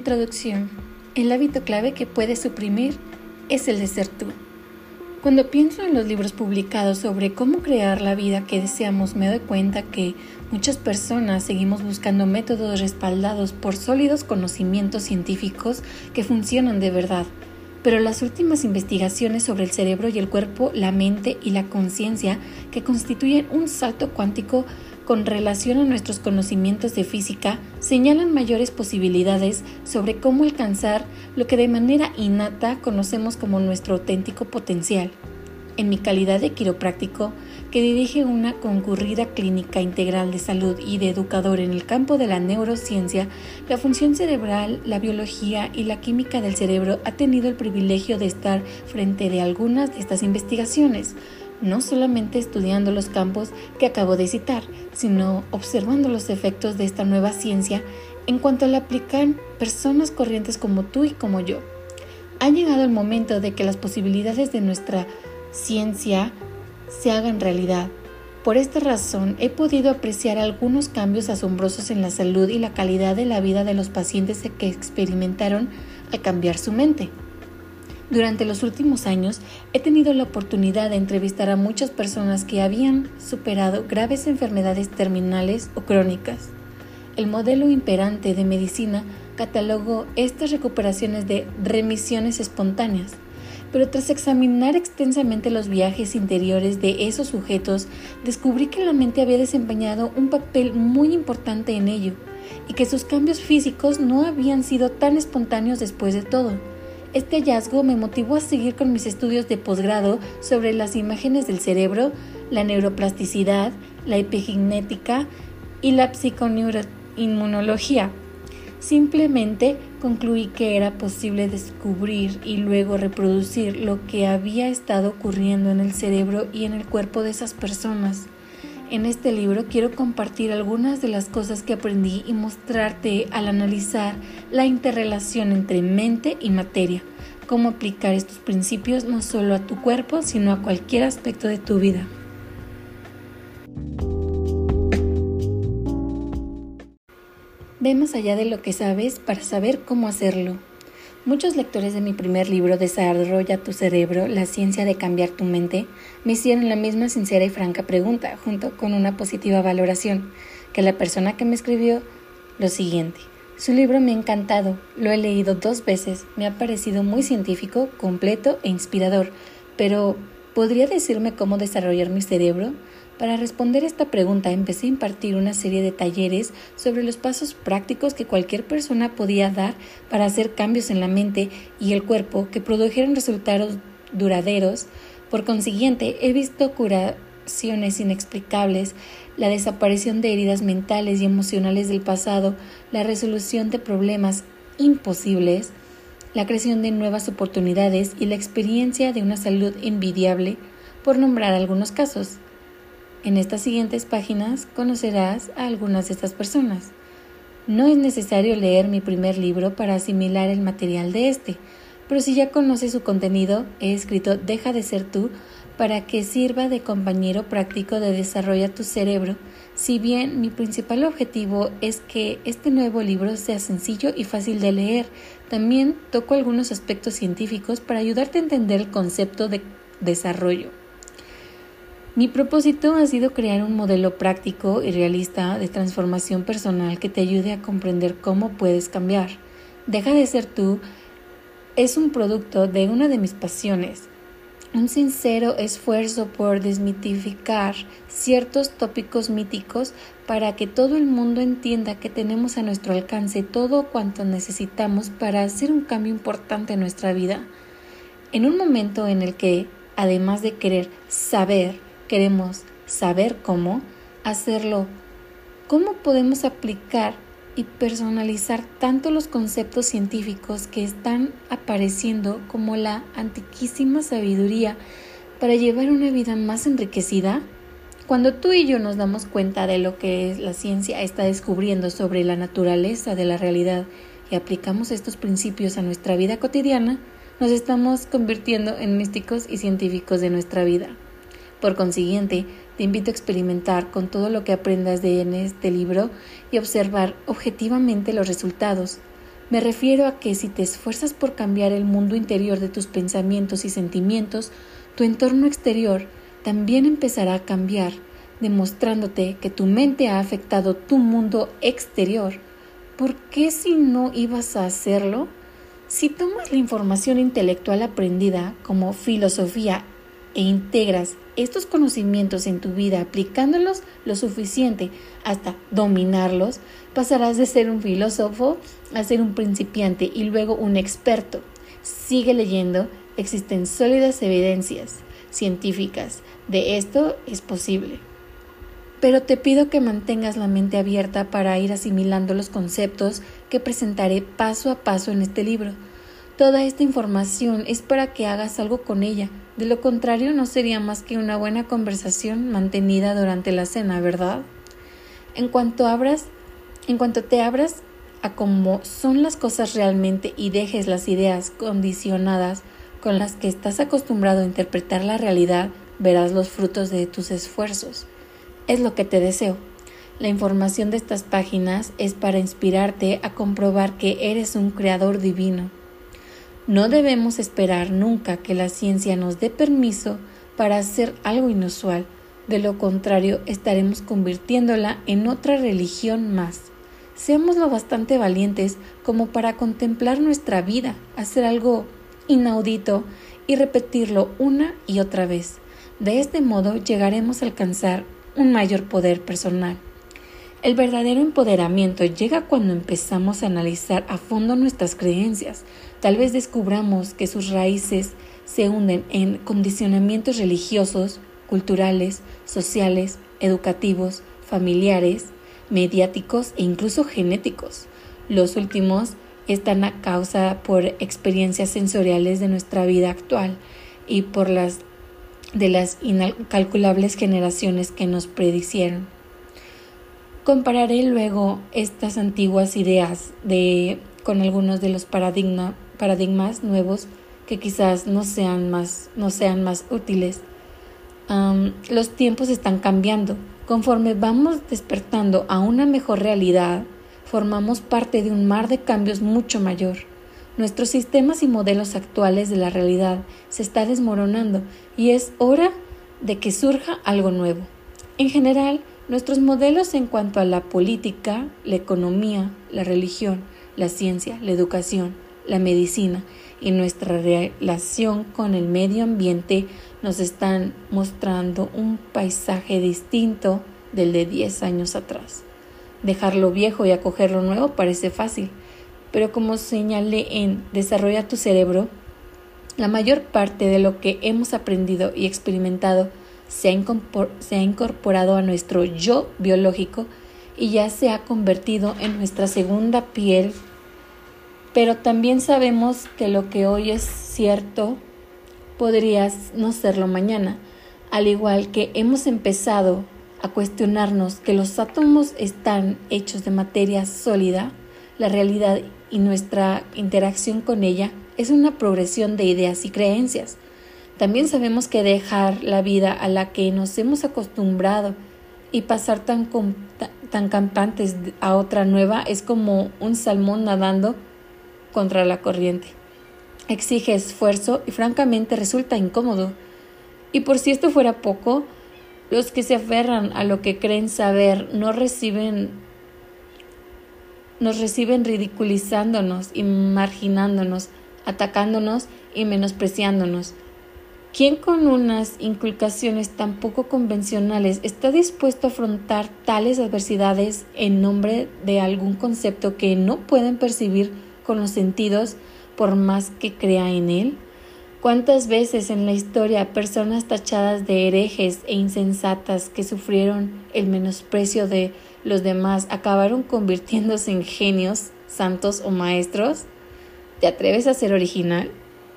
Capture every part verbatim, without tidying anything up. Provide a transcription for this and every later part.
Introducción. El hábito clave que puedes suprimir es el de ser tú. Cuando pienso en los libros publicados sobre cómo crear la vida que deseamos, me doy cuenta que muchas personas seguimos buscando métodos respaldados por sólidos conocimientos científicos que funcionan de verdad. Pero las últimas investigaciones sobre el cerebro y el cuerpo, la mente y la conciencia, que constituyen un salto cuántico con relación a nuestros conocimientos de física, señalan mayores posibilidades sobre cómo alcanzar lo que de manera innata conocemos como nuestro auténtico potencial. En mi calidad de quiropráctico, que dirige una concurrida clínica integral de salud y de educador en el campo de la neurociencia, la función cerebral, la biología y la química del cerebro ha tenido el privilegio de estar frente de algunas de estas investigaciones, no solamente estudiando los campos que acabo de citar, sino observando los efectos de esta nueva ciencia en cuanto la aplican personas corrientes como tú y como yo. Ha llegado el momento de que las posibilidades de nuestra ciencia se hagan realidad. Por esta razón, he podido apreciar algunos cambios asombrosos en la salud y la calidad de la vida de los pacientes que experimentaron al cambiar su mente. Durante los últimos años, he tenido la oportunidad de entrevistar a muchas personas que habían superado graves enfermedades terminales o crónicas. El modelo imperante de medicina catalogó estas recuperaciones de remisiones espontáneas, pero tras examinar extensamente los viajes interiores de esos sujetos, descubrí que la mente había desempeñado un papel muy importante en ello y que sus cambios físicos no habían sido tan espontáneos después de todo. Este hallazgo me motivó a seguir con mis estudios de posgrado sobre las imágenes del cerebro, la neuroplasticidad, la epigenética y la psiconeuroinmunología. Simplemente concluí que era posible descubrir y luego reproducir lo que había estado ocurriendo en el cerebro y en el cuerpo de esas personas. En este libro quiero compartir algunas de las cosas que aprendí y mostrarte al analizar la interrelación entre mente y materia, cómo aplicar estos principios no solo a tu cuerpo, sino a cualquier aspecto de tu vida. Ve más allá de lo que sabes para saber cómo hacerlo. Muchos lectores de mi primer libro, Desarrolla tu cerebro, la ciencia de cambiar tu mente, me hicieron la misma sincera y franca pregunta, junto con una positiva valoración, que la persona que me escribió lo siguiente: su libro me ha encantado, lo he leído dos veces, me ha parecido muy científico, completo e inspirador, pero ¿podría decirme cómo desarrollar mi cerebro? Para responder esta pregunta empecé a impartir una serie de talleres sobre los pasos prácticos que cualquier persona podía dar para hacer cambios en la mente y el cuerpo que produjeran resultados duraderos. Por consiguiente, he visto curaciones inexplicables, la desaparición de heridas mentales y emocionales del pasado, la resolución de problemas imposibles, la creación de nuevas oportunidades y la experiencia de una salud envidiable, por nombrar algunos casos. En estas siguientes páginas conocerás a algunas de estas personas. No es necesario leer mi primer libro para asimilar el material de este, pero si ya conoces su contenido, he escrito Deja de ser tú para que sirva de compañero práctico de Desarrolla tu cerebro, si bien mi principal objetivo es que este nuevo libro sea sencillo y fácil de leer. También toco algunos aspectos científicos para ayudarte a entender el concepto de desarrollo. Mi propósito ha sido crear un modelo práctico y realista de transformación personal que te ayude a comprender cómo puedes cambiar. Deja de ser tú es un producto de una de mis pasiones, un sincero esfuerzo por desmitificar ciertos tópicos míticos para que todo el mundo entienda que tenemos a nuestro alcance todo cuanto necesitamos para hacer un cambio importante en nuestra vida. En un momento en el que, además de querer saber, queremos saber cómo hacerlo, cómo podemos aplicar y personalizar tanto los conceptos científicos que están apareciendo como la antiquísima sabiduría para llevar una vida más enriquecida. Cuando tú y yo nos damos cuenta de lo que la ciencia está descubriendo sobre la naturaleza de la realidad y aplicamos estos principios a nuestra vida cotidiana, nos estamos convirtiendo en místicos y científicos de nuestra vida. Por consiguiente, te invito a experimentar con todo lo que aprendas de en este libro y observar objetivamente los resultados. Me refiero a que si te esfuerzas por cambiar el mundo interior de tus pensamientos y sentimientos, tu entorno exterior también empezará a cambiar, demostrándote que tu mente ha afectado tu mundo exterior. ¿Por qué si no ibas a hacerlo? Si tomas la información intelectual aprendida como filosofía e integras estos conocimientos en tu vida aplicándolos lo suficiente hasta dominarlos, pasarás de ser un filósofo a ser un principiante y luego un experto. Sigue leyendo, existen sólidas evidencias científicas de esto es posible. Pero te pido que mantengas la mente abierta para ir asimilando los conceptos que presentaré paso a paso en este libro. Toda esta información es para que hagas algo con ella. De lo contrario, no sería más que una buena conversación mantenida durante la cena, ¿verdad? En cuanto abras, en cuanto te abras a cómo son las cosas realmente y dejes las ideas condicionadas con las que estás acostumbrado a interpretar la realidad, verás los frutos de tus esfuerzos. Es lo que te deseo. La información de estas páginas es para inspirarte a comprobar que eres un creador divino. No debemos esperar nunca que la ciencia nos dé permiso para hacer algo inusual. De lo contrario, estaremos convirtiéndola en otra religión más. Seamos lo bastante valientes como para contemplar nuestra vida, hacer algo inaudito y repetirlo una y otra vez. De este modo llegaremos a alcanzar un mayor poder personal. El verdadero empoderamiento llega cuando empezamos a analizar a fondo nuestras creencias. Tal vez descubramos que sus raíces se hunden en condicionamientos religiosos, culturales, sociales, educativos, familiares, mediáticos e incluso genéticos. Los últimos están a causa por experiencias sensoriales de nuestra vida actual y por las de las incalculables generaciones que nos predicieron. Compararé luego estas antiguas ideas de, con algunos de los paradigma, paradigmas nuevos que quizás no sean más, no sean más útiles. Um, los tiempos están cambiando. Conforme vamos despertando a una mejor realidad, formamos parte de un mar de cambios mucho mayor. Nuestros sistemas y modelos actuales de la realidad se está desmoronando y es hora de que surja algo nuevo. En general, nuestros modelos en cuanto a la política, la economía, la religión, la ciencia, la educación, la medicina y nuestra relación con el medio ambiente nos están mostrando un paisaje distinto del de diez años atrás. Dejar lo viejo y acoger lo nuevo parece fácil, pero como señalé en Desarrolla tu cerebro, la mayor parte de lo que hemos aprendido y experimentado se ha, incorpor- se ha incorporado a nuestro yo biológico y ya se ha convertido en nuestra segunda piel. Pero también sabemos que lo que hoy es cierto podría no serlo mañana, al igual que hemos empezado a cuestionarnos que los átomos están hechos de materia sólida. La realidad y nuestra interacción con ella es una progresión de ideas y creencias. También sabemos que dejar la vida a la que nos hemos acostumbrado y pasar tan, tan campantes a otra nueva es como un salmón nadando contra la corriente. Exige esfuerzo y francamente resulta incómodo. Y por si esto fuera poco, los que se aferran a lo que creen saber no reciben, nos reciben ridiculizándonos y marginándonos, atacándonos y menospreciándonos. ¿Quién con unas inculcaciones tan poco convencionales está dispuesto a afrontar tales adversidades en nombre de algún concepto que no pueden percibir con los sentidos por más que crea en él? ¿Cuántas veces en la historia personas tachadas de herejes e insensatas que sufrieron el menosprecio de los demás acabaron convirtiéndose en genios, santos o maestros? ¿Te atreves a ser original?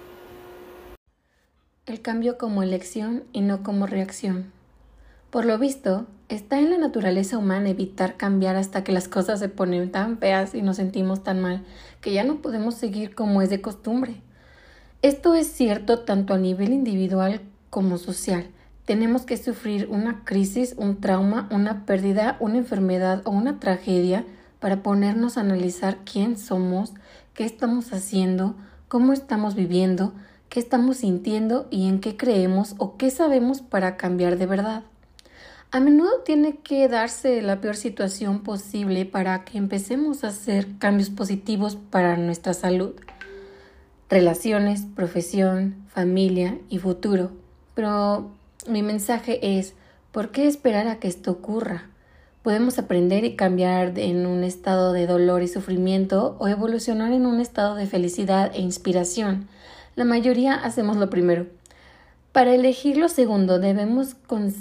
El cambio como elección y no como reacción. Por lo visto, está en la naturaleza humana evitar cambiar hasta que las cosas se ponen tan feas y nos sentimos tan mal que ya no podemos seguir como es de costumbre. Esto es cierto tanto a nivel individual como social. Tenemos que sufrir una crisis, un trauma, una pérdida, una enfermedad o una tragedia para ponernos a analizar quién somos, qué estamos haciendo, cómo estamos viviendo, qué estamos sintiendo y en qué creemos o qué sabemos para cambiar de verdad. A menudo tiene que darse la peor situación posible para que empecemos a hacer cambios positivos para nuestra salud, relaciones, profesión, familia y futuro. Pero mi mensaje es, ¿por qué esperar a que esto ocurra? Podemos aprender y cambiar en un estado de dolor y sufrimiento o evolucionar en un estado de felicidad e inspiración. La mayoría hacemos lo primero. Para elegir lo segundo debemos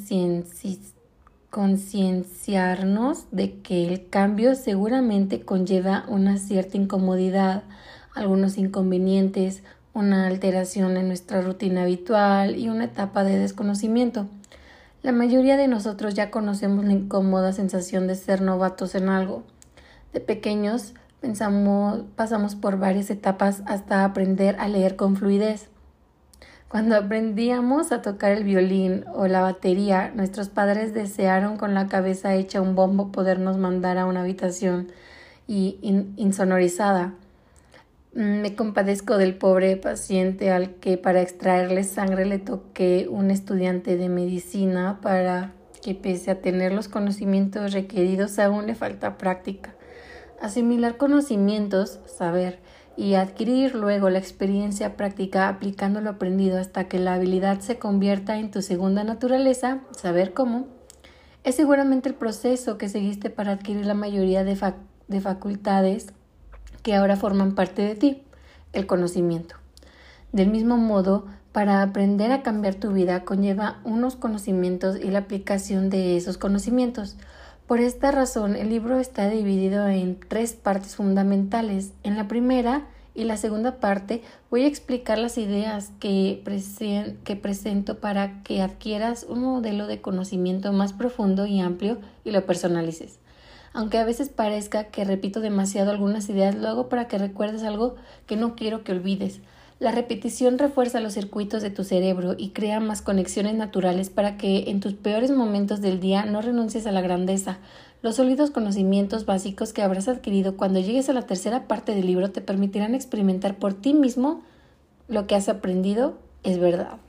concienciarnos de que el cambio seguramente conlleva una cierta incomodidad, algunos inconvenientes, una alteración en nuestra rutina habitual y una etapa de desconocimiento. La mayoría de nosotros ya conocemos la incómoda sensación de ser novatos en algo. De pequeños pensamos, pasamos por varias etapas hasta aprender a leer con fluidez. Cuando aprendíamos a tocar el violín o la batería, nuestros padres desearon con la cabeza hecha un bombo podernos mandar a una habitación y in- insonorizada. Me compadezco del pobre paciente al que para extraerle sangre le toqué un estudiante de medicina para que pese a tener los conocimientos requeridos aún le falta práctica. Asimilar conocimientos, saber, y adquirir luego la experiencia práctica aplicando lo aprendido hasta que la habilidad se convierta en tu segunda naturaleza, saber cómo, es seguramente el proceso que seguiste para adquirir la mayoría de, fac- de facultades que ahora forman parte de ti, el conocimiento. Del mismo modo, para aprender a cambiar tu vida conlleva unos conocimientos y la aplicación de esos conocimientos. Por esta razón, el libro está dividido en tres partes fundamentales. En la primera y la segunda parte voy a explicar las ideas que, presen- que presento para que adquieras un modelo de conocimiento más profundo y amplio y lo personalices. Aunque a veces parezca que repito demasiado algunas ideas, lo hago para que recuerdes algo que no quiero que olvides. La repetición refuerza los circuitos de tu cerebro y crea más conexiones naturales para que en tus peores momentos del día no renuncies a la grandeza. Los sólidos conocimientos básicos que habrás adquirido cuando llegues a la tercera parte del libro te permitirán experimentar por ti mismo lo que has aprendido es verdad.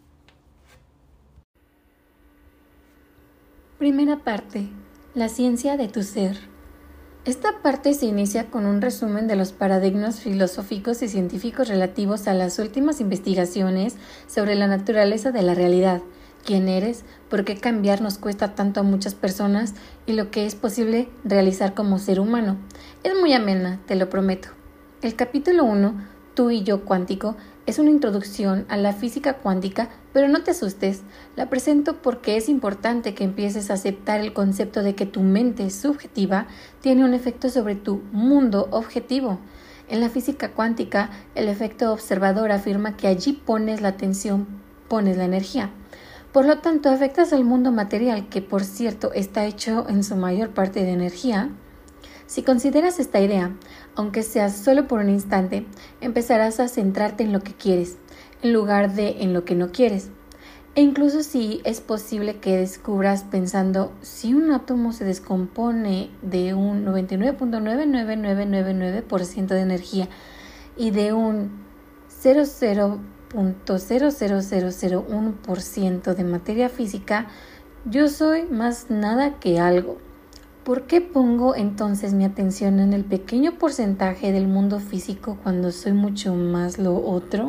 Primera parte. La ciencia de tu ser. Esta parte se inicia con un resumen de los paradigmas filosóficos y científicos relativos a las últimas investigaciones sobre la naturaleza de la realidad, quién eres, por qué cambiar nos cuesta tanto a muchas personas y lo que es posible realizar como ser humano. Es muy amena, te lo prometo. El capítulo uno, Tú y yo cuántico, es una introducción a la física cuántica, pero no te asustes, la presento porque es importante que empieces a aceptar el concepto de que tu mente subjetiva tiene un efecto sobre tu mundo objetivo. En la física cuántica, el efecto observador afirma que allí pones la atención, pones la energía. Por lo tanto, afectas al mundo material, que por cierto está hecho en su mayor parte de energía. Si consideras esta idea, aunque sea solo por un instante, empezarás a centrarte en lo que quieres, en lugar de en lo que no quieres. E incluso si es posible que descubras pensando, si un átomo se descompone de un noventa y nueve punto nueve nueve nueve nueve nueve por ciento de energía y de un cero punto cero cero cero cero uno por ciento de materia física, yo soy más nada que algo. ¿Por qué pongo entonces mi atención en el pequeño porcentaje del mundo físico cuando soy mucho más lo otro?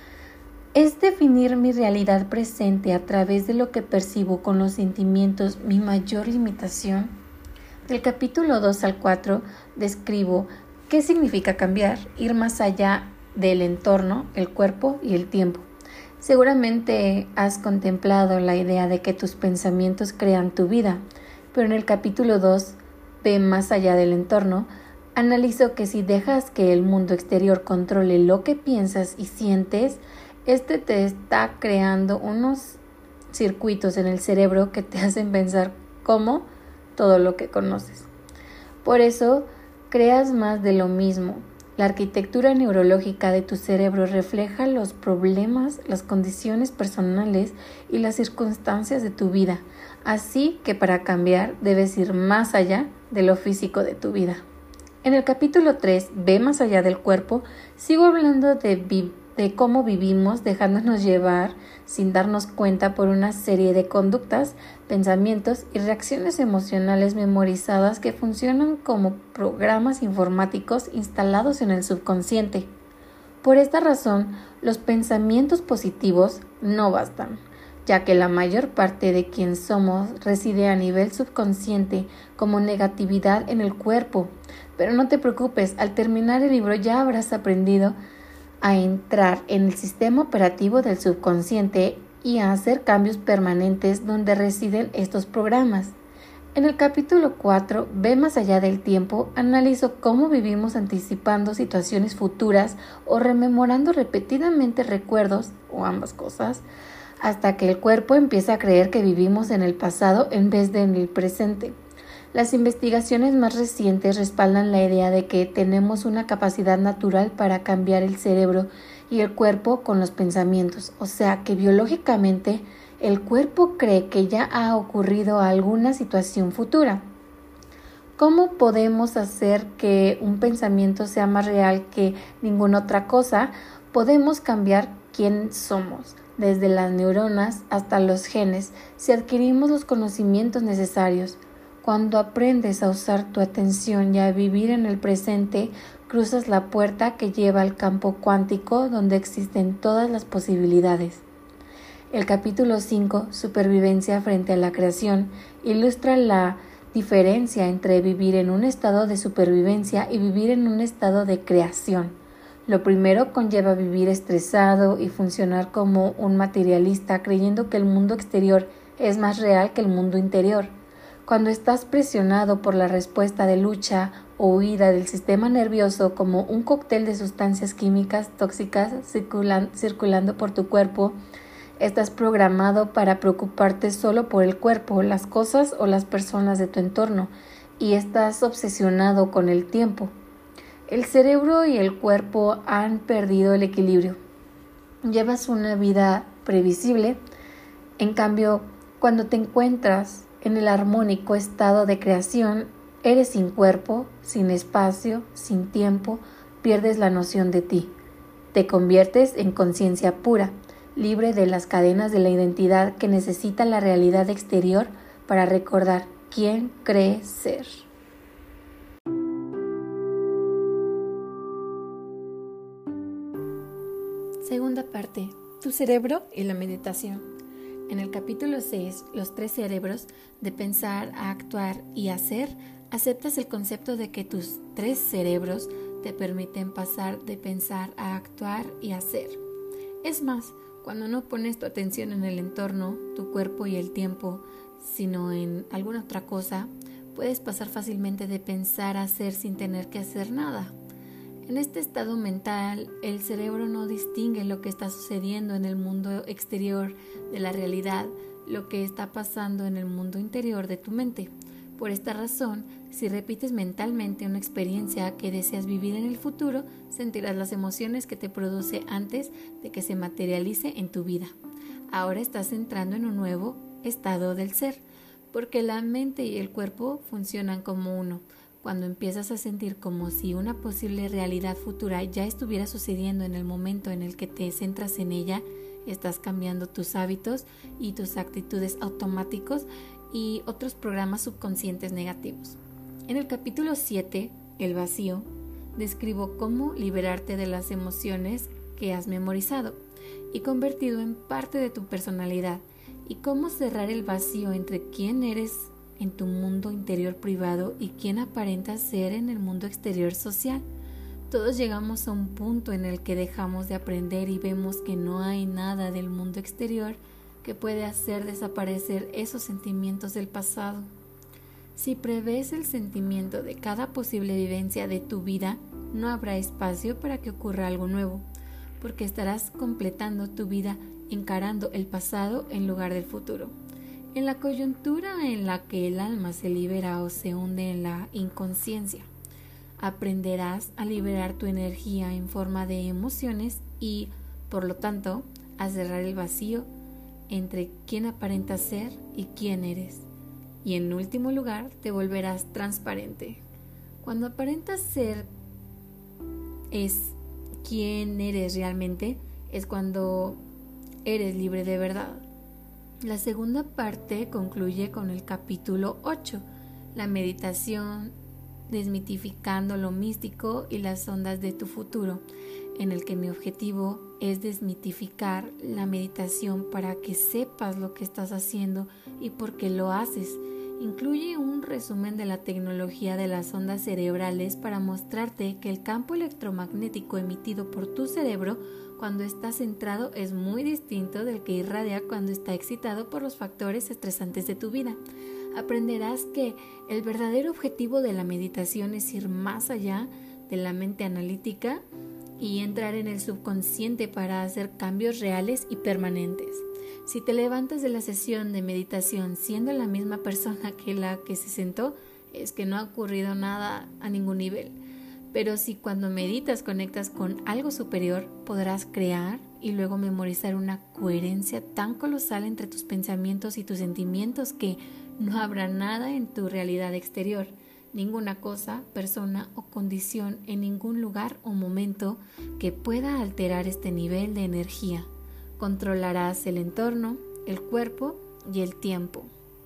¿Es definir mi realidad presente a través de lo que percibo con los sentimientos mi mayor limitación? Del capítulo dos al cuatro describo qué significa cambiar, ir más allá del entorno, el cuerpo y el tiempo. Seguramente has contemplado la idea de que tus pensamientos crean tu vida. Pero en el capítulo dos, Ve más allá del entorno, analizo que si dejas que el mundo exterior controle lo que piensas y sientes, este te está creando unos circuitos en el cerebro que te hacen pensar como todo lo que conoces. Por eso, creas más de lo mismo. La arquitectura neurológica de tu cerebro refleja los problemas, las condiciones personales y las circunstancias de tu vida. Así que para cambiar debes ir más allá de lo físico de tu vida. En el capítulo tres, Ve más allá del cuerpo, sigo hablando de, vi- de cómo vivimos dejándonos llevar sin darnos cuenta por una serie de conductas, pensamientos y reacciones emocionales memorizadas que funcionan como programas informáticos instalados en el subconsciente. Por esta razón, los pensamientos positivos no bastan, ya que la mayor parte de quien somos reside a nivel subconsciente como negatividad en el cuerpo. Pero no te preocupes, al terminar el libro ya habrás aprendido a entrar en el sistema operativo del subconsciente y a hacer cambios permanentes donde residen estos programas. En el capítulo cuatro, Ve más allá del tiempo, analizo cómo vivimos anticipando situaciones futuras o rememorando repetidamente recuerdos, o ambas cosas, hasta que el cuerpo empieza a creer que vivimos en el pasado en vez de en el presente. Las investigaciones más recientes respaldan la idea de que tenemos una capacidad natural para cambiar el cerebro y el cuerpo con los pensamientos, o sea que biológicamente el cuerpo cree que ya ha ocurrido alguna situación futura. ¿Cómo podemos hacer que un pensamiento sea más real que ninguna otra cosa? Podemos cambiar quién somos, desde las neuronas hasta los genes, si adquirimos los conocimientos necesarios. Cuando aprendes a usar tu atención y a vivir en el presente, cruzas la puerta que lleva al campo cuántico donde existen todas las posibilidades. El capítulo cinco, Supervivencia frente a la creación, ilustra la diferencia entre vivir en un estado de supervivencia y vivir en un estado de creación. Lo primero conlleva vivir estresado y funcionar como un materialista creyendo que el mundo exterior es más real que el mundo interior. Cuando estás presionado por la respuesta de lucha o huida del sistema nervioso como un cóctel de sustancias químicas tóxicas circulan, circulando por tu cuerpo, estás programado para preocuparte solo por el cuerpo, las cosas o las personas de tu entorno y estás obsesionado con el tiempo. El cerebro y el cuerpo han perdido el equilibrio. Llevas una vida previsible, en cambio, cuando te encuentras en el armónico estado de creación, eres sin cuerpo, sin espacio, sin tiempo, pierdes la noción de ti. Te conviertes en conciencia pura, libre de las cadenas de la identidad que necesita la realidad exterior para recordar quién cree ser. Segunda parte, tu cerebro y la meditación. En el capítulo seis, los tres cerebros, de pensar, a actuar y hacer, aceptas el concepto de que tus tres cerebros te permiten pasar de pensar a actuar y hacer. Es más, cuando no pones tu atención en el entorno, tu cuerpo y el tiempo, sino en alguna otra cosa, puedes pasar fácilmente de pensar a hacer sin tener que hacer nada. En este estado mental, el cerebro no distingue lo que está sucediendo en el mundo exterior de la realidad, lo que está pasando en el mundo interior de tu mente. Por esta razón, si repites mentalmente una experiencia que deseas vivir en el futuro, sentirás las emociones que te produce antes de que se materialice en tu vida. Ahora estás entrando en un nuevo estado del ser, porque la mente y el cuerpo funcionan como uno. Cuando empiezas a sentir como si una posible realidad futura ya estuviera sucediendo en el momento en el que te centras en ella, estás cambiando tus hábitos y tus actitudes automáticos y otros programas subconscientes negativos. En el capítulo siete, El vacío, describo cómo liberarte de las emociones que has memorizado y convertido en parte de tu personalidad y cómo cerrar el vacío entre quién eres en tu mundo interior privado y quién aparentas ser en el mundo exterior social. Todos llegamos a un punto en el que dejamos de aprender y vemos que no hay nada del mundo exterior que puede hacer desaparecer esos sentimientos del pasado. Si prevés el sentimiento de cada posible vivencia de tu vida, no habrá espacio para que ocurra algo nuevo, porque estarás completando tu vida encarando el pasado en lugar del futuro. En la coyuntura en la que el alma se libera o se hunde en la inconsciencia, aprenderás a liberar tu energía en forma de emociones y, por lo tanto, a cerrar el vacío entre quién aparentas ser y quién eres. Y en último lugar, te volverás transparente. Cuando aparentas ser es quién eres realmente, es cuando eres libre de verdad. La segunda parte concluye con el capítulo ocho, la meditación, desmitificando lo místico y las ondas de tu futuro, en el que mi objetivo es desmitificar la meditación para que sepas lo que estás haciendo y por qué lo haces. Incluye un resumen de la tecnología de las ondas cerebrales para mostrarte que el campo electromagnético emitido por tu cerebro cuando está centrado es muy distinto del que irradia cuando está excitado por los factores estresantes de tu vida. Aprenderás que el verdadero objetivo de la meditación es ir más allá de la mente analítica y entrar en el subconsciente para hacer cambios reales y permanentes. Si te levantas de la sesión de meditación siendo la misma persona que la que se sentó, es que no ha ocurrido nada a ningún nivel. Pero si cuando meditas conectas con algo superior, podrás crear y luego memorizar una coherencia tan colosal entre tus pensamientos y tus sentimientos que no habrá nada en tu realidad exterior, ninguna cosa, persona o condición en ningún lugar o momento que pueda alterar este nivel de energía. Controlarás el entorno, el cuerpo y el tiempo.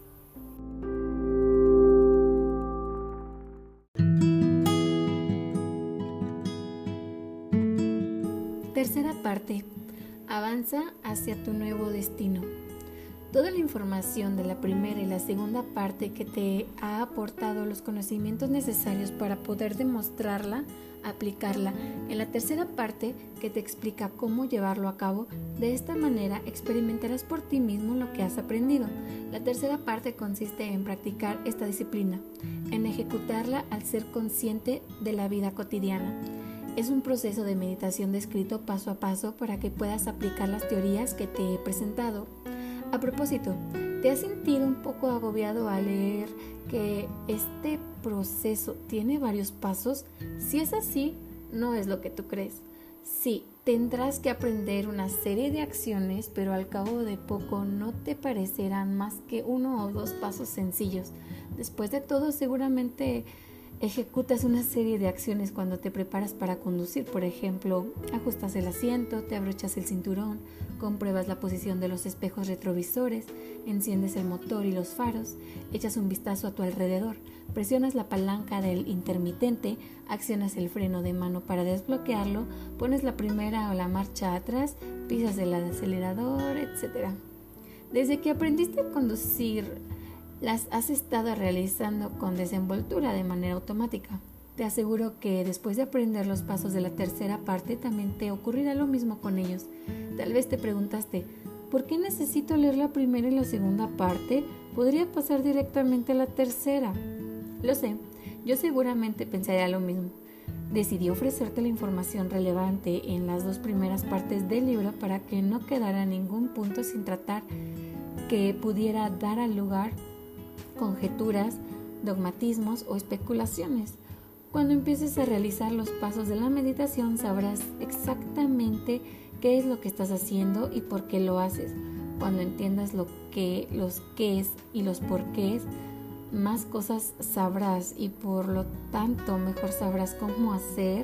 Tercera parte. Avanza hacia tu nuevo destino. Toda la información de la primera y la segunda parte que te ha aportado los conocimientos necesarios para poder demostrarla, aplicarla en la tercera parte que te explica cómo llevarlo a cabo. De esta manera experimentarás por ti mismo lo que has aprendido. La tercera parte consiste en practicar esta disciplina, en ejecutarla al ser consciente de la vida cotidiana. Es un proceso de meditación descrito paso a paso para que puedas aplicar las teorías que te he presentado. A propósito, ¿te has sentido un poco agobiado al leer que este proceso tiene varios pasos? Si es así, no es lo que tú crees. Sí, tendrás que aprender una serie de acciones, pero al cabo de poco no te parecerán más que uno o dos pasos sencillos. Después de todo, seguramente ejecutas una serie de acciones cuando te preparas para conducir. Por ejemplo, ajustas el asiento, te abrochas el cinturón, compruebas la posición de los espejos retrovisores, enciendes el motor y los faros, echas un vistazo a tu alrededor, presionas la palanca del intermitente, accionas el freno de mano para desbloquearlo, pones la primera o la marcha atrás, pisas el acelerador, etcétera. Desde que aprendiste a conducir, las has estado realizando con desenvoltura de manera automática. Te aseguro que después de aprender los pasos de la tercera parte también te ocurrirá lo mismo con ellos. Tal vez te preguntaste, ¿por qué necesito leer la primera y la segunda parte? Podría pasar directamente a la tercera. Lo sé, yo seguramente pensaría lo mismo. Decidí ofrecerte la información relevante en las dos primeras partes del libro para que no quedara ningún punto sin tratar que pudiera dar al lugar conjeturas, dogmatismos o especulaciones. Cuando empieces a realizar los pasos de la meditación sabrás exactamente qué es lo que estás haciendo y por qué lo haces. Cuando entiendas lo que, los qué es y los por qué es, más cosas sabrás y por lo tanto mejor sabrás cómo hacer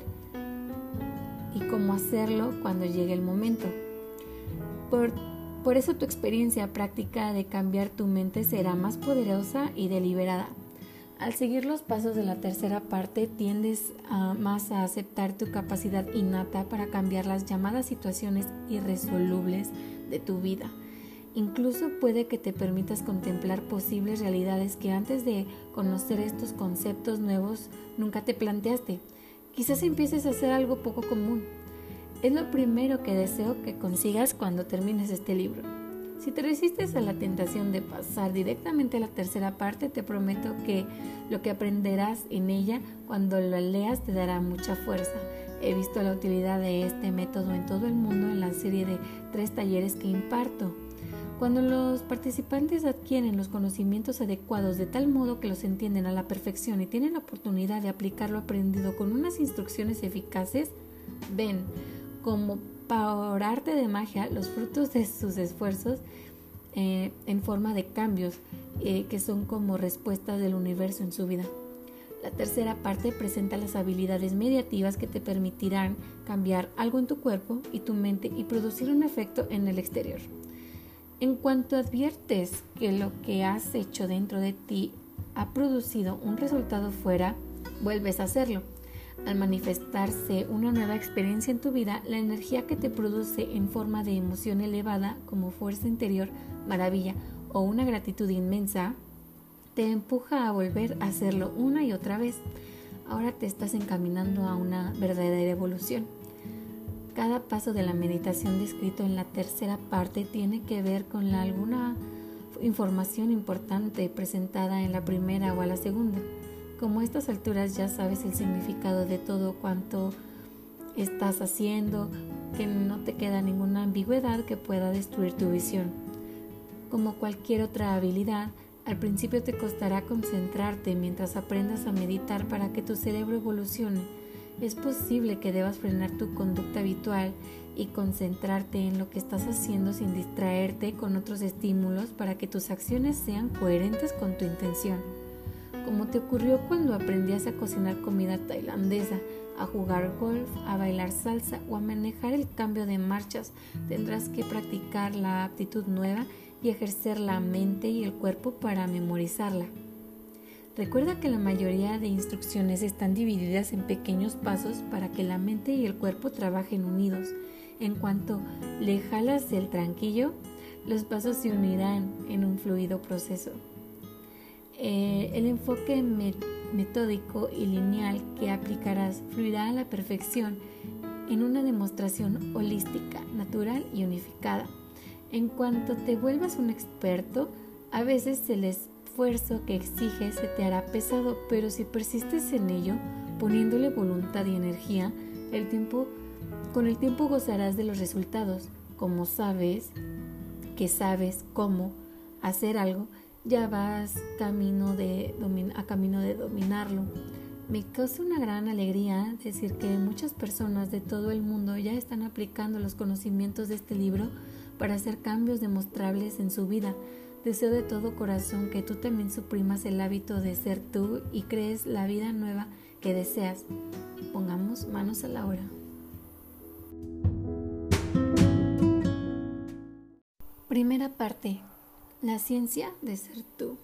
y cómo hacerlo cuando llegue el momento. Por Por eso tu experiencia práctica de cambiar tu mente será más poderosa y deliberada. Al seguir los pasos de la tercera parte, tiendes a, más a aceptar tu capacidad innata para cambiar las llamadas situaciones irresolubles de tu vida. Incluso puede que te permitas contemplar posibles realidades que antes de conocer estos conceptos nuevos nunca te planteaste. Quizás empieces a hacer algo poco común. Es lo primero que deseo que consigas cuando termines este libro. Si te resistes a la tentación de pasar directamente a la tercera parte, te prometo que lo que aprenderás en ella cuando lo leas te dará mucha fuerza. He visto la utilidad de este método en todo el mundo en la serie de tres talleres que imparto. Cuando los participantes adquieren los conocimientos adecuados de tal modo que los entienden a la perfección y tienen la oportunidad de aplicar lo aprendido con unas instrucciones eficaces, ven como por arte de magia los frutos de sus esfuerzos eh, en forma de cambios eh, que son como respuestas del universo en su vida. La tercera parte presenta las habilidades mediativas que te permitirán cambiar algo en tu cuerpo y tu mente y producir un efecto en el exterior. En cuanto adviertes que lo que has hecho dentro de ti ha producido un resultado fuera, vuelves a hacerlo. Al manifestarse una nueva experiencia en tu vida, la energía que te produce en forma de emoción elevada como fuerza interior, maravilla o una gratitud inmensa, te empuja a volver a hacerlo una y otra vez. Ahora te estás encaminando a una verdadera evolución. Cada paso de la meditación descrito en la tercera parte tiene que ver con la, alguna información importante presentada en la primera o a la segunda. Como a estas alturas ya sabes el significado de todo cuanto estás haciendo, que no te queda ninguna ambigüedad que pueda destruir tu visión. Como cualquier otra habilidad, al principio te costará concentrarte mientras aprendas a meditar para que tu cerebro evolucione. Es posible que debas frenar tu conducta habitual y concentrarte en lo que estás haciendo sin distraerte con otros estímulos para que tus acciones sean coherentes con tu intención. Como te ocurrió cuando aprendías a cocinar comida tailandesa, a jugar golf, a bailar salsa o a manejar el cambio de marchas, tendrás que practicar la aptitud nueva y ejercer la mente y el cuerpo para memorizarla. Recuerda que la mayoría de instrucciones están divididas en pequeños pasos para que la mente y el cuerpo trabajen unidos. En cuanto le jalas el tranquillo, los pasos se unirán en un fluido proceso. Eh, el enfoque me- metódico y lineal que aplicarás fluirá a la perfección en una demostración holística, natural y unificada. En cuanto te vuelvas un experto, a veces el esfuerzo que exiges se te hará pesado, pero si persistes en ello, poniéndole voluntad y energía, el tiempo, con el tiempo gozarás de los resultados. Como sabes que sabes cómo hacer algo, ya vas camino de domin- a camino de dominarlo. Me causa una gran alegría decir que muchas personas de todo el mundo ya están aplicando los conocimientos de este libro para hacer cambios demostrables en su vida. Deseo de todo corazón que tú también suprimas el hábito de ser tú y crees la vida nueva que deseas. Pongamos manos a la obra. Primera parte. La ciencia de ser tú.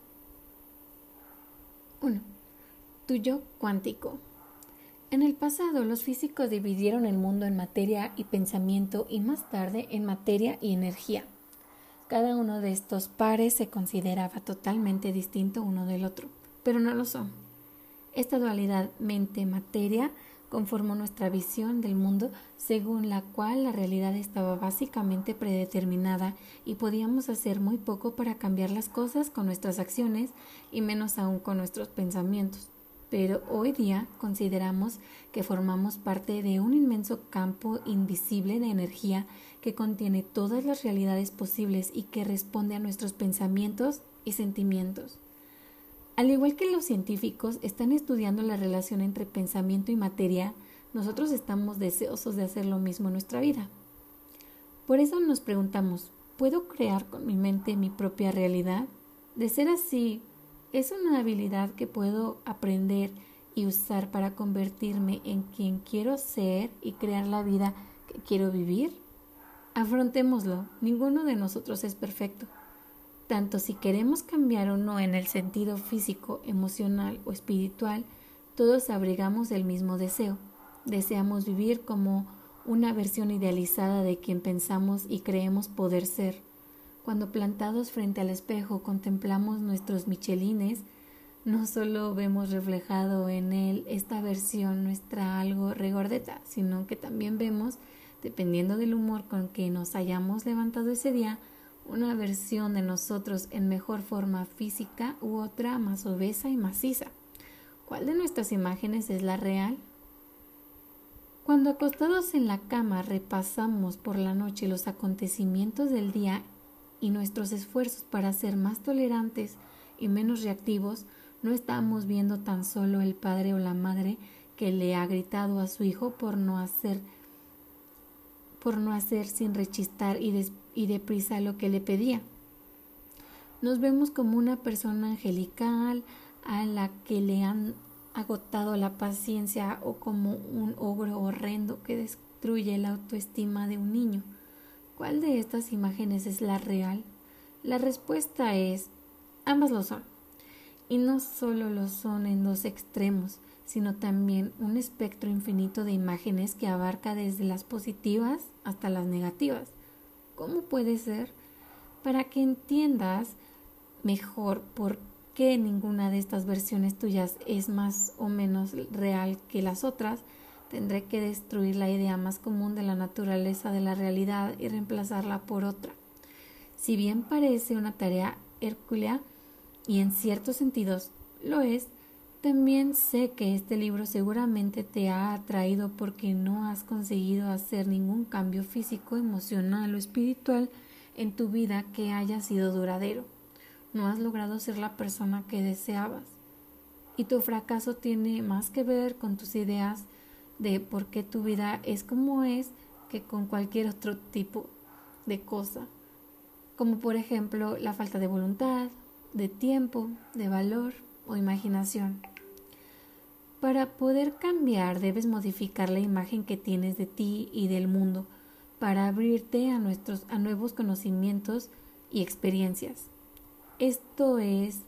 uno. Tu yo cuántico. En el pasado, los físicos dividieron el mundo en materia y pensamiento y más tarde en materia y energía. Cada uno de estos pares se consideraba totalmente distinto uno del otro, pero no lo son. Esta dualidad mente-materia conformó nuestra visión del mundo, según la cual la realidad estaba básicamente predeterminada y podíamos hacer muy poco para cambiar las cosas con nuestras acciones y menos aún con nuestros pensamientos. Pero hoy día consideramos que formamos parte de un inmenso campo invisible de energía que contiene todas las realidades posibles y que responde a nuestros pensamientos y sentimientos. Al igual que los científicos están estudiando la relación entre pensamiento y materia, nosotros estamos deseosos de hacer lo mismo en nuestra vida. Por eso nos preguntamos, ¿puedo crear con mi mente mi propia realidad? De ser así, ¿es una habilidad que puedo aprender y usar para convertirme en quien quiero ser y crear la vida que quiero vivir? Afrontémoslo, ninguno de nosotros es perfecto. Tanto si queremos cambiar o no en el sentido físico, emocional o espiritual, todos abrigamos el mismo deseo. Deseamos vivir como una versión idealizada de quien pensamos y creemos poder ser. Cuando plantados frente al espejo contemplamos nuestros michelines, no solo vemos reflejado en él esta versión nuestra algo regordeta, sino que también vemos, dependiendo del humor con que nos hayamos levantado ese día, una versión de nosotros en mejor forma física u otra más obesa y maciza. ¿Cuál de nuestras imágenes es la real? Cuando acostados en la cama repasamos por la noche los acontecimientos del día y nuestros esfuerzos para ser más tolerantes y menos reactivos, no estamos viendo tan solo el padre o la madre que le ha gritado a su hijo por no hacer, por no hacer sin rechistar y, des, y deprisa lo que le pedía. Nos vemos como una persona angelical a la que le han agotado la paciencia o como un ogro horrendo que destruye la autoestima de un niño. ¿Cuál de estas imágenes es la real? La respuesta es: ambas lo son. Y no solo lo son en dos extremos, sino también un espectro infinito de imágenes que abarca desde las positivas hasta las negativas. ¿Cómo puede ser? Para que entiendas mejor por qué ninguna de estas versiones tuyas es más o menos real que las otras, tendré que destruir la idea más común de la naturaleza de la realidad y reemplazarla por otra. Si bien parece una tarea hercúlea, y en ciertos sentidos lo es, también sé que este libro seguramente te ha atraído porque no has conseguido hacer ningún cambio físico, emocional o espiritual en tu vida que haya sido duradero. No has logrado ser la persona que deseabas. Y tu fracaso tiene más que ver con tus ideas de por qué tu vida es como es que con cualquier otro tipo de cosa, como por ejemplo la falta de voluntad, de tiempo, de valor o imaginación. Para poder cambiar debes modificar la imagen que tienes de ti y del mundo para abrirte a, nuestros, a nuevos conocimientos y experiencias. Esto es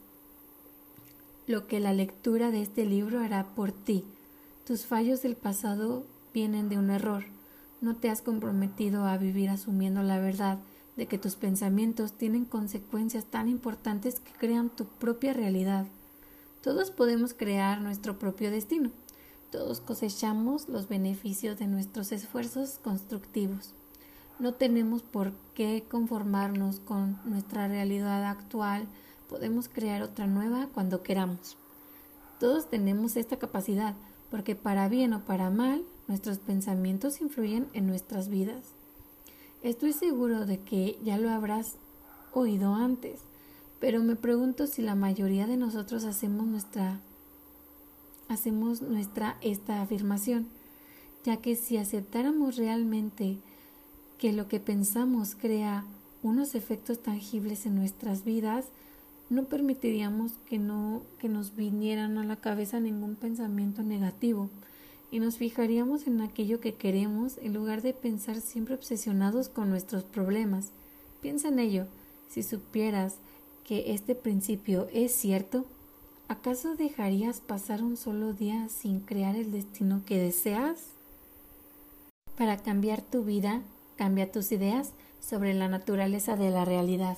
lo que la lectura de este libro hará por ti. Tus fallos del pasado vienen de un error. No te has comprometido a vivir asumiendo la verdad de que tus pensamientos tienen consecuencias tan importantes que crean tu propia realidad. Todos podemos crear nuestro propio destino. Todos cosechamos los beneficios de nuestros esfuerzos constructivos. No tenemos por qué conformarnos con nuestra realidad actual. Podemos crear otra nueva cuando queramos. Todos tenemos esta capacidad, porque para bien o para mal, nuestros pensamientos influyen en nuestras vidas. Estoy seguro de que ya lo habrás oído antes, pero me pregunto si la mayoría de nosotros hacemos nuestra hacemos nuestra esta afirmación, ya que si aceptáramos realmente que lo que pensamos crea unos efectos tangibles en nuestras vidas, no permitiríamos que no que nos vinieran a la cabeza ningún pensamiento negativo. Y nos fijaríamos en aquello que queremos en lugar de pensar siempre obsesionados con nuestros problemas. Piensa en ello. Si supieras que este principio es cierto, ¿acaso dejarías pasar un solo día sin crear el destino que deseas? Para cambiar tu vida, cambia tus ideas sobre la naturaleza de la realidad.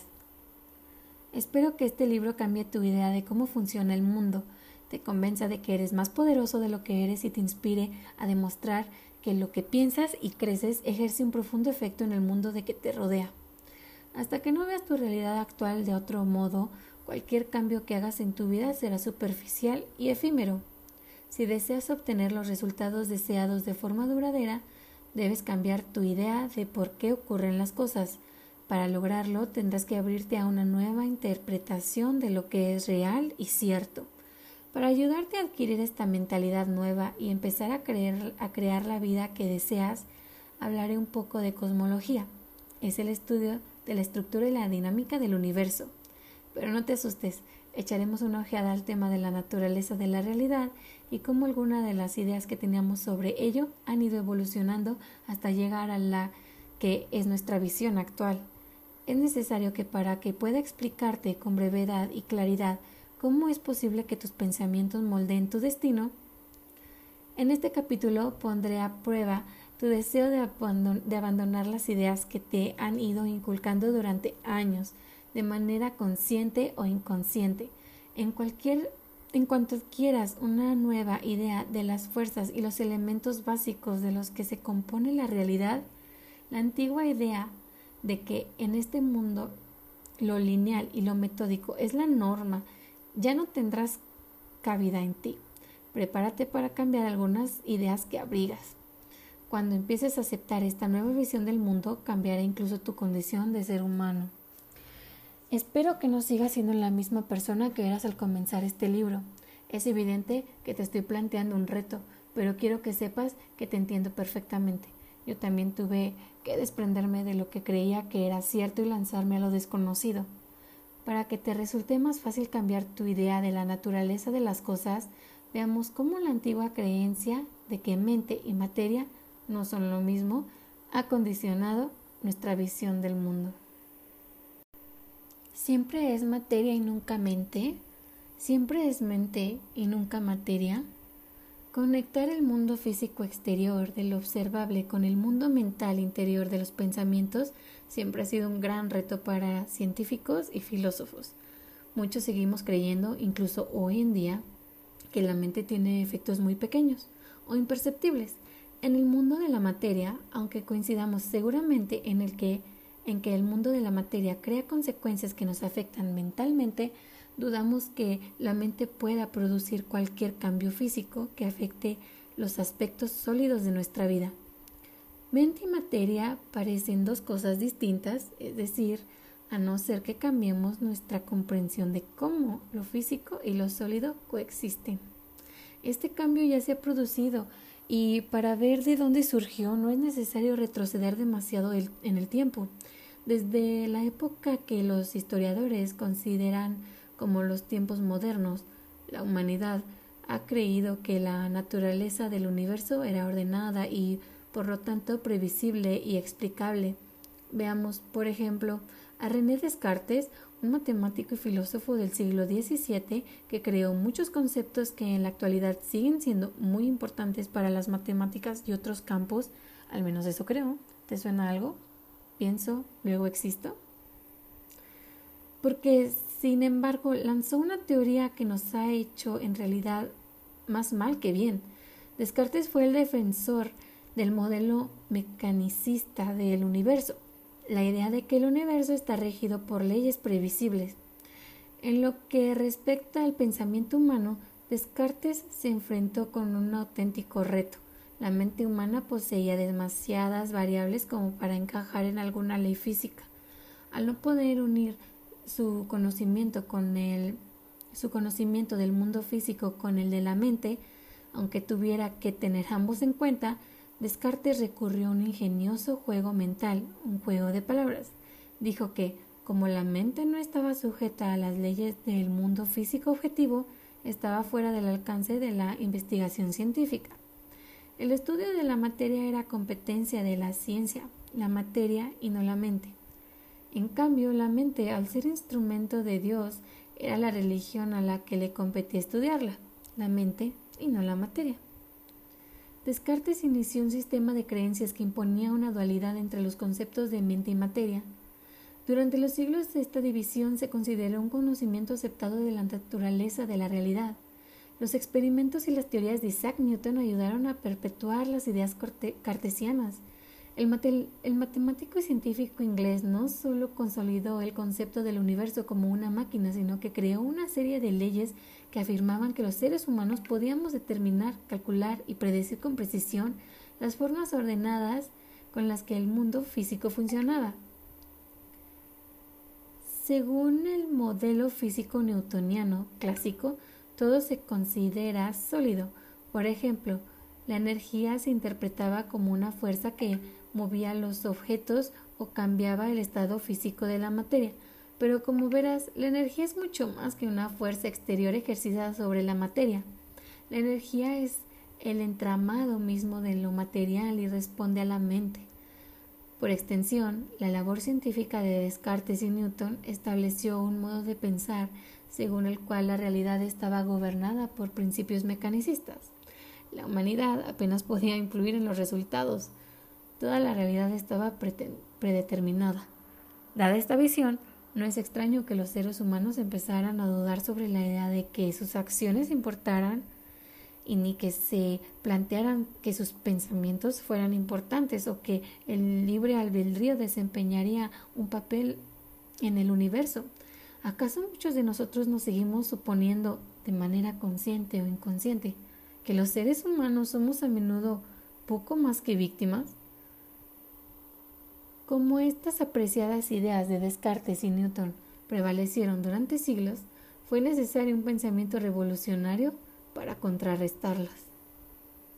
Espero que este libro cambie tu idea de cómo funciona el mundo, te convenza de que eres más poderoso de lo que eres y te inspire a demostrar que lo que piensas y creces ejerce un profundo efecto en el mundo de que te rodea. Hasta que no veas tu realidad actual de otro modo, cualquier cambio que hagas en tu vida será superficial y efímero. Si deseas obtener los resultados deseados de forma duradera, debes cambiar tu idea de por qué ocurren las cosas. Para lograrlo, tendrás que abrirte a una nueva interpretación de lo que es real y cierto. Para ayudarte a adquirir esta mentalidad nueva y empezar a, creer, a crear la vida que deseas, hablaré un poco de cosmología. Es el estudio de la estructura y la dinámica del universo. Pero no te asustes, echaremos una ojeada al tema de la naturaleza de la realidad y cómo algunas de las ideas que teníamos sobre ello han ido evolucionando hasta llegar a la que es nuestra visión actual. Es necesario que para que pueda explicarte con brevedad y claridad ¿cómo es posible que tus pensamientos moldeen tu destino? En este capítulo pondré a prueba tu deseo de, abandon- de abandonar las ideas que te han ido inculcando durante años, de manera consciente o inconsciente. En cualquier, en cuanto adquieras una nueva idea de las fuerzas y los elementos básicos de los que se compone la realidad, la antigua idea de que en este mundo lo lineal y lo metódico es la norma, ya no tendrás cabida en ti. Prepárate para cambiar algunas ideas que abrigas. Cuando empieces a aceptar esta nueva visión del mundo, cambiará incluso tu condición de ser humano. Espero que no sigas siendo la misma persona que eras al comenzar este libro. Es evidente que te estoy planteando un reto, pero quiero que sepas que te entiendo perfectamente. Yo también tuve que desprenderme de lo que creía que era cierto y lanzarme a lo desconocido. Para que te resulte más fácil cambiar tu idea de la naturaleza de las cosas, veamos cómo la antigua creencia de que mente y materia no son lo mismo ha condicionado nuestra visión del mundo. ¿Siempre es materia y nunca mente? ¿Siempre es mente y nunca materia? Conectar el mundo físico exterior del observable con el mundo mental interior de los pensamientos siempre ha sido un gran reto para científicos y filósofos. Muchos seguimos creyendo, incluso hoy en día, que la mente tiene efectos muy pequeños o imperceptibles. En el mundo de la materia, aunque coincidamos seguramente en el que en que el mundo de la materia crea consecuencias que nos afectan mentalmente, dudamos que la mente pueda producir cualquier cambio físico que afecte los aspectos sólidos de nuestra vida. Mente y materia parecen dos cosas distintas, es decir, a no ser que cambiemos nuestra comprensión de cómo lo físico y lo sólido coexisten. Este cambio ya se ha producido y para ver de dónde surgió no es necesario retroceder demasiado en el tiempo. Desde la época que los historiadores consideran como los tiempos modernos, la humanidad ha creído que la naturaleza del universo era ordenada y, por lo tanto, previsible y explicable. Veamos, por ejemplo, a René Descartes, un matemático y filósofo del siglo diecisiete que creó muchos conceptos que en la actualidad siguen siendo muy importantes para las matemáticas y otros campos, al menos eso creo. ¿Te suena algo? Pienso, luego existo. Porque, sin embargo, lanzó una teoría que nos ha hecho en realidad más mal que bien. Descartes fue el defensor del modelo mecanicista del universo, la idea de que el universo está regido por leyes previsibles. En lo que respecta al pensamiento humano, Descartes se enfrentó con un auténtico reto. La mente humana poseía demasiadas variables como para encajar en alguna ley física. Al no poder unir su conocimiento con el, su conocimiento del mundo físico con el de la mente, aunque tuviera que tener ambos en cuenta, Descartes recurrió a un ingenioso juego mental, un juego de palabras. Dijo que, como la mente no estaba sujeta a las leyes del mundo físico objetivo, estaba fuera del alcance de la investigación científica. El estudio de la materia era competencia de la ciencia, la materia y no la mente. En cambio, la mente, al ser instrumento de Dios, era la religión a la que le competía estudiarla, la mente y no la materia. Descartes inició un sistema de creencias que imponía una dualidad entre los conceptos de mente y materia. Durante los siglos esta división se consideró un conocimiento aceptado de la naturaleza de la realidad. Los experimentos y las teorías de Isaac Newton ayudaron a perpetuar las ideas cartesianas. El, mate, el matemático y científico inglés no solo consolidó el concepto del universo como una máquina, sino que creó una serie de leyes que afirmaban que los seres humanos podíamos determinar, calcular y predecir con precisión las formas ordenadas con las que el mundo físico funcionaba. Según el modelo físico newtoniano clásico, todo se considera sólido. Por ejemplo, la energía se interpretaba como una fuerza que movía los objetos o cambiaba el estado físico de la materia. Pero como verás, la energía es mucho más que una fuerza exterior ejercida sobre la materia. La energía es el entramado mismo de lo material y responde a la mente. Por extensión, la labor científica de Descartes y Newton estableció un modo de pensar según el cual la realidad estaba gobernada por principios mecanicistas. La humanidad apenas podía influir en los resultados. Toda la realidad estaba predeterminada. Dada esta visión, no es extraño que los seres humanos empezaran a dudar sobre la idea de que sus acciones importaran y ni que se plantearan que sus pensamientos fueran importantes o que el libre albedrío desempeñaría un papel en el universo. ¿Acaso muchos de nosotros nos seguimos suponiendo, de manera consciente o inconsciente, que los seres humanos somos a menudo poco más que víctimas? Como estas apreciadas ideas de Descartes y Newton prevalecieron durante siglos, fue necesario un pensamiento revolucionario para contrarrestarlas.